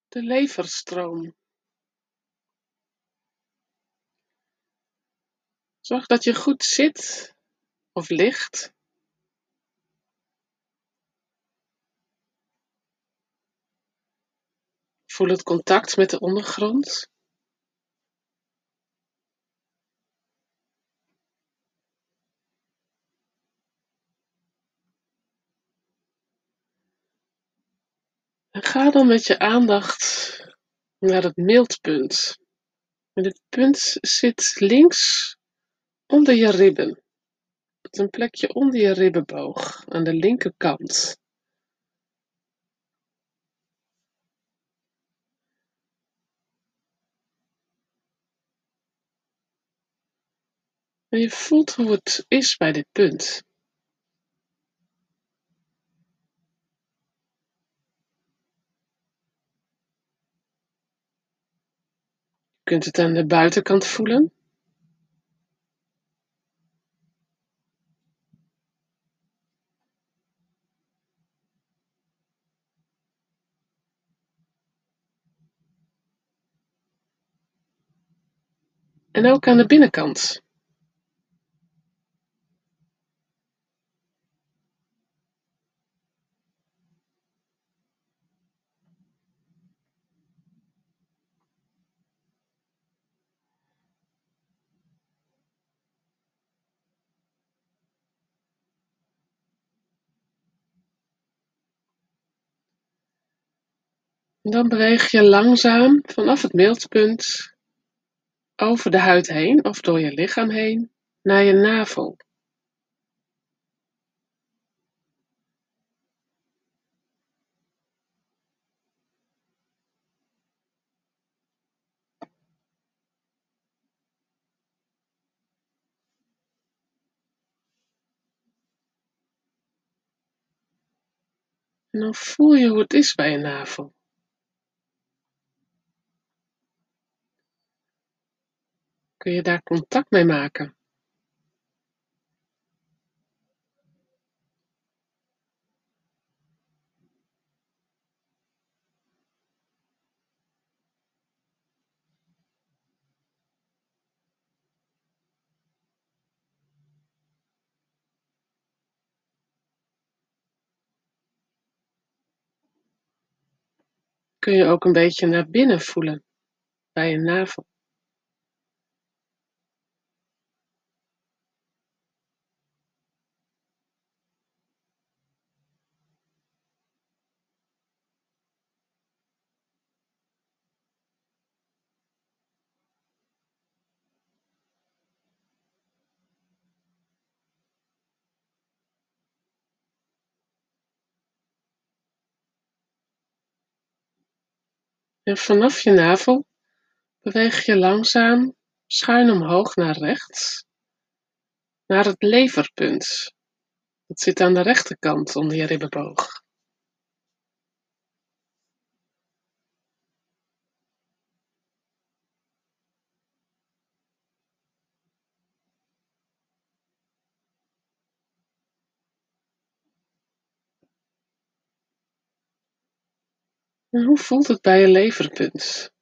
De leverstroom. Zorg dat je goed zit of ligt. Voel het contact met de ondergrond. En ga dan met je aandacht naar het mildpunt. En dit punt zit links onder je ribben. Het is een plekje onder je ribbenboog aan de linkerkant. En je voelt hoe het is bij dit punt. Je kunt het aan de buitenkant voelen. En ook aan de binnenkant. En dan beweeg je langzaam vanaf het mildpunt over de huid heen of door je lichaam heen naar je navel. En dan voel je hoe het is bij je navel. Kun je daar contact mee maken? Kun je ook een beetje naar binnen voelen bij je navel. En vanaf je navel beweeg je langzaam schuin omhoog naar rechts, naar het leverpunt. Dat zit aan de rechterkant onder je ribbenboog. En hoe voelt het bij je leverpunt?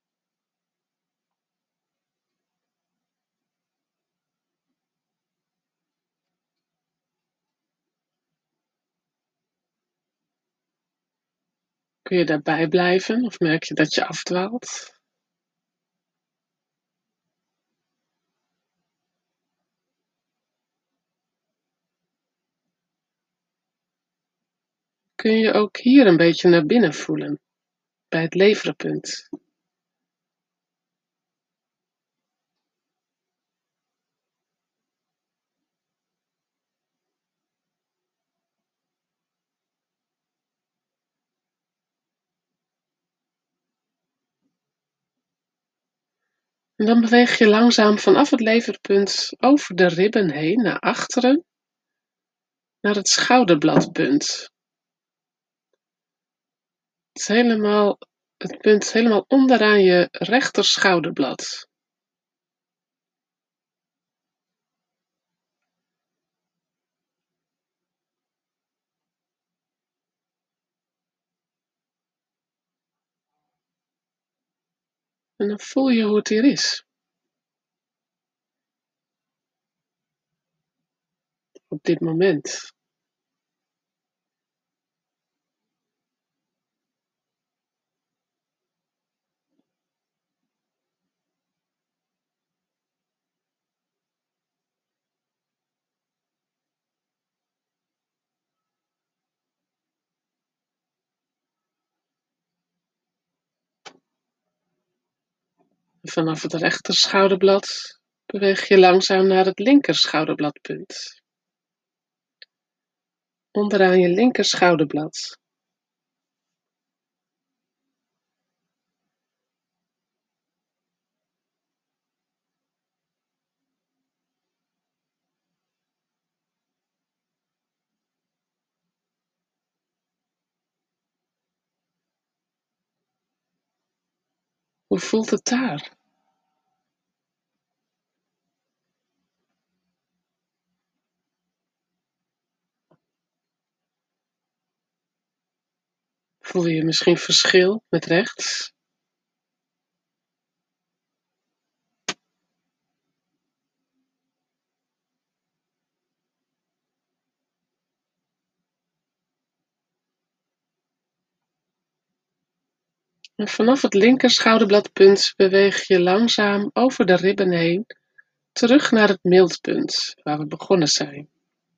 Kun je daarbij blijven of merk je dat je afdwaalt? Kun je ook hier een beetje naar binnen voelen, bij het leverpunt? En dan beweeg je langzaam vanaf het leverpunt over de ribben heen naar achteren, naar het schouderbladpunt. Het punt helemaal onderaan je rechter schouderblad. En dan voel je hoe het hier is. Op dit moment. Vanaf het rechter schouderblad beweeg je langzaam naar het linker schouderbladpunt. Onderaan je linker schouderblad. Hoe voelt het daar? Voel je misschien verschil met rechts? En vanaf het linker schouderbladpunt beweeg je langzaam over de ribben heen, terug naar het miltpunt, waar we begonnen zijn.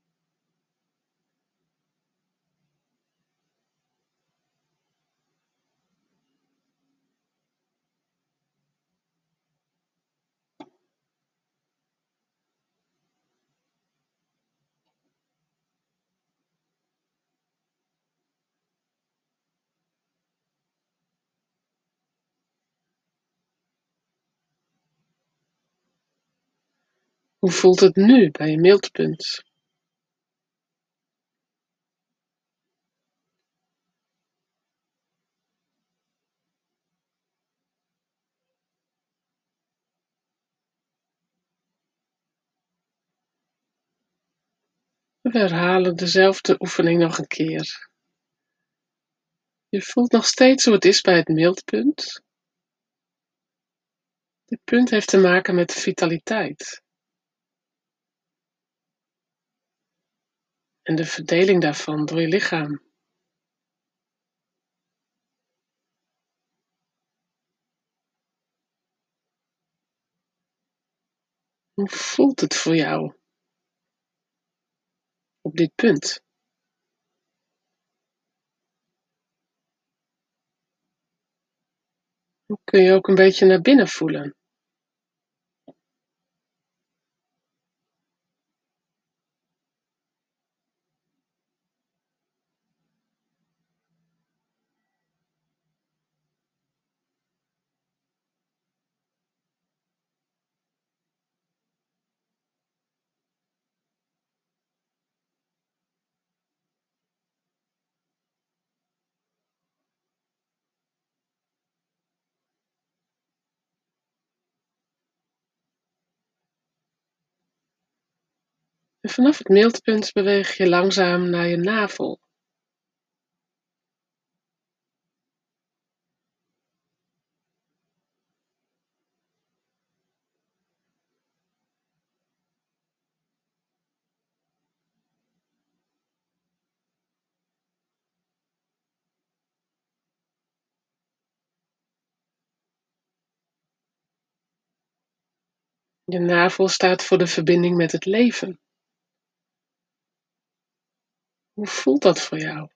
Hoe voelt het nu bij je miltpunt? We herhalen dezelfde oefening nog een keer. Je voelt nog steeds hoe het is bij het miltpunt. Dit punt heeft te maken met vitaliteit. En de verdeling daarvan door je lichaam. Hoe voelt het voor jou op dit punt? Hoe kun je ook een beetje naar binnen voelen? En vanaf het miltpunt beweeg je langzaam naar je navel. Je navel staat voor de verbinding met het leven. Hoe voelt dat voor jou?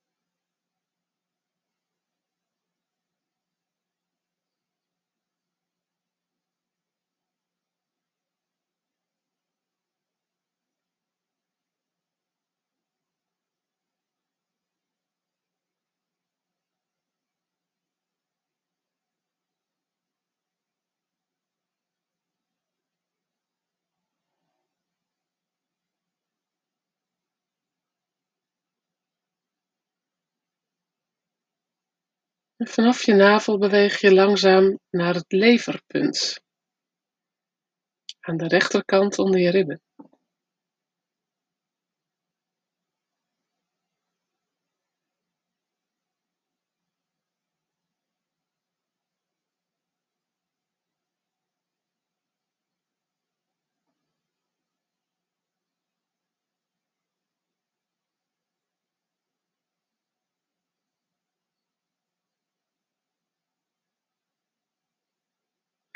En vanaf je navel beweeg je langzaam naar het leverpunt, aan de rechterkant onder je ribben.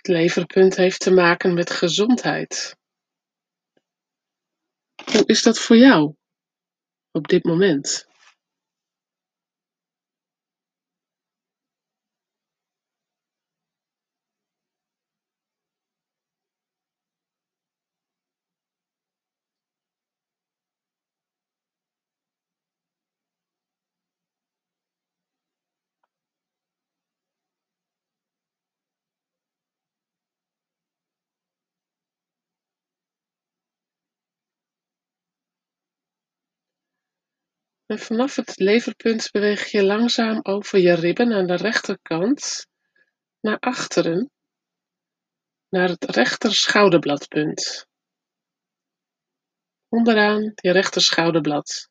Het leverpunt heeft te maken met gezondheid. Hoe is dat voor jou op dit moment? En vanaf het leverpunt beweeg je langzaam over je ribben aan de rechterkant naar achteren, naar het rechter schouderbladpunt. Onderaan je rechter schouderblad.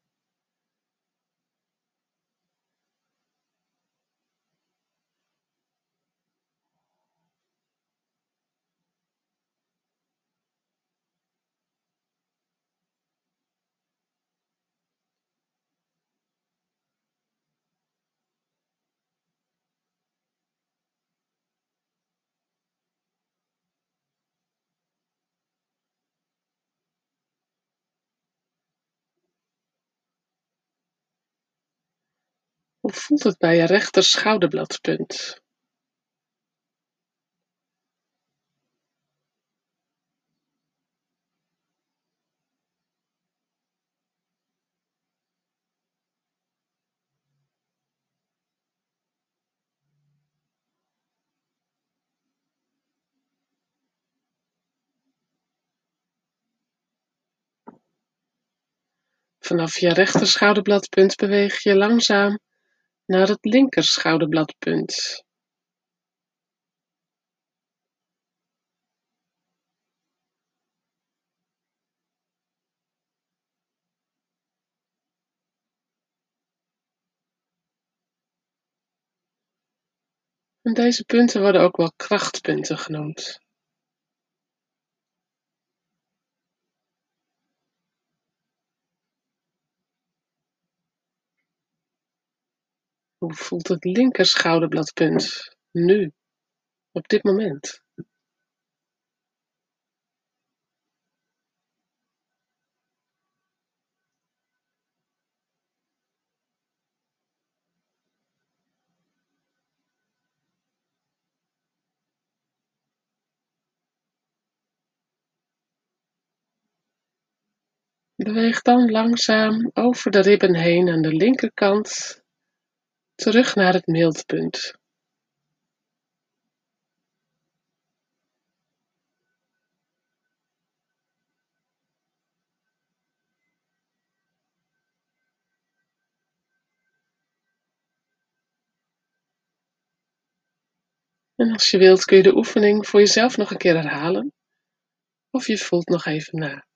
Hoe voelt het bij je rechter schouderbladpunt? Vanaf je rechter schouderbladpunt beweeg je langzaam naar het linker schouderbladpunt. En deze punten worden ook wel krachtpunten genoemd. Hoe voelt het linker schouderbladpunt nu, op dit moment? Beweeg dan langzaam over de ribben heen aan de linkerkant, terug naar het middelpunt. En als je wilt kun je de oefening voor jezelf nog een keer herhalen, of je voelt nog even na.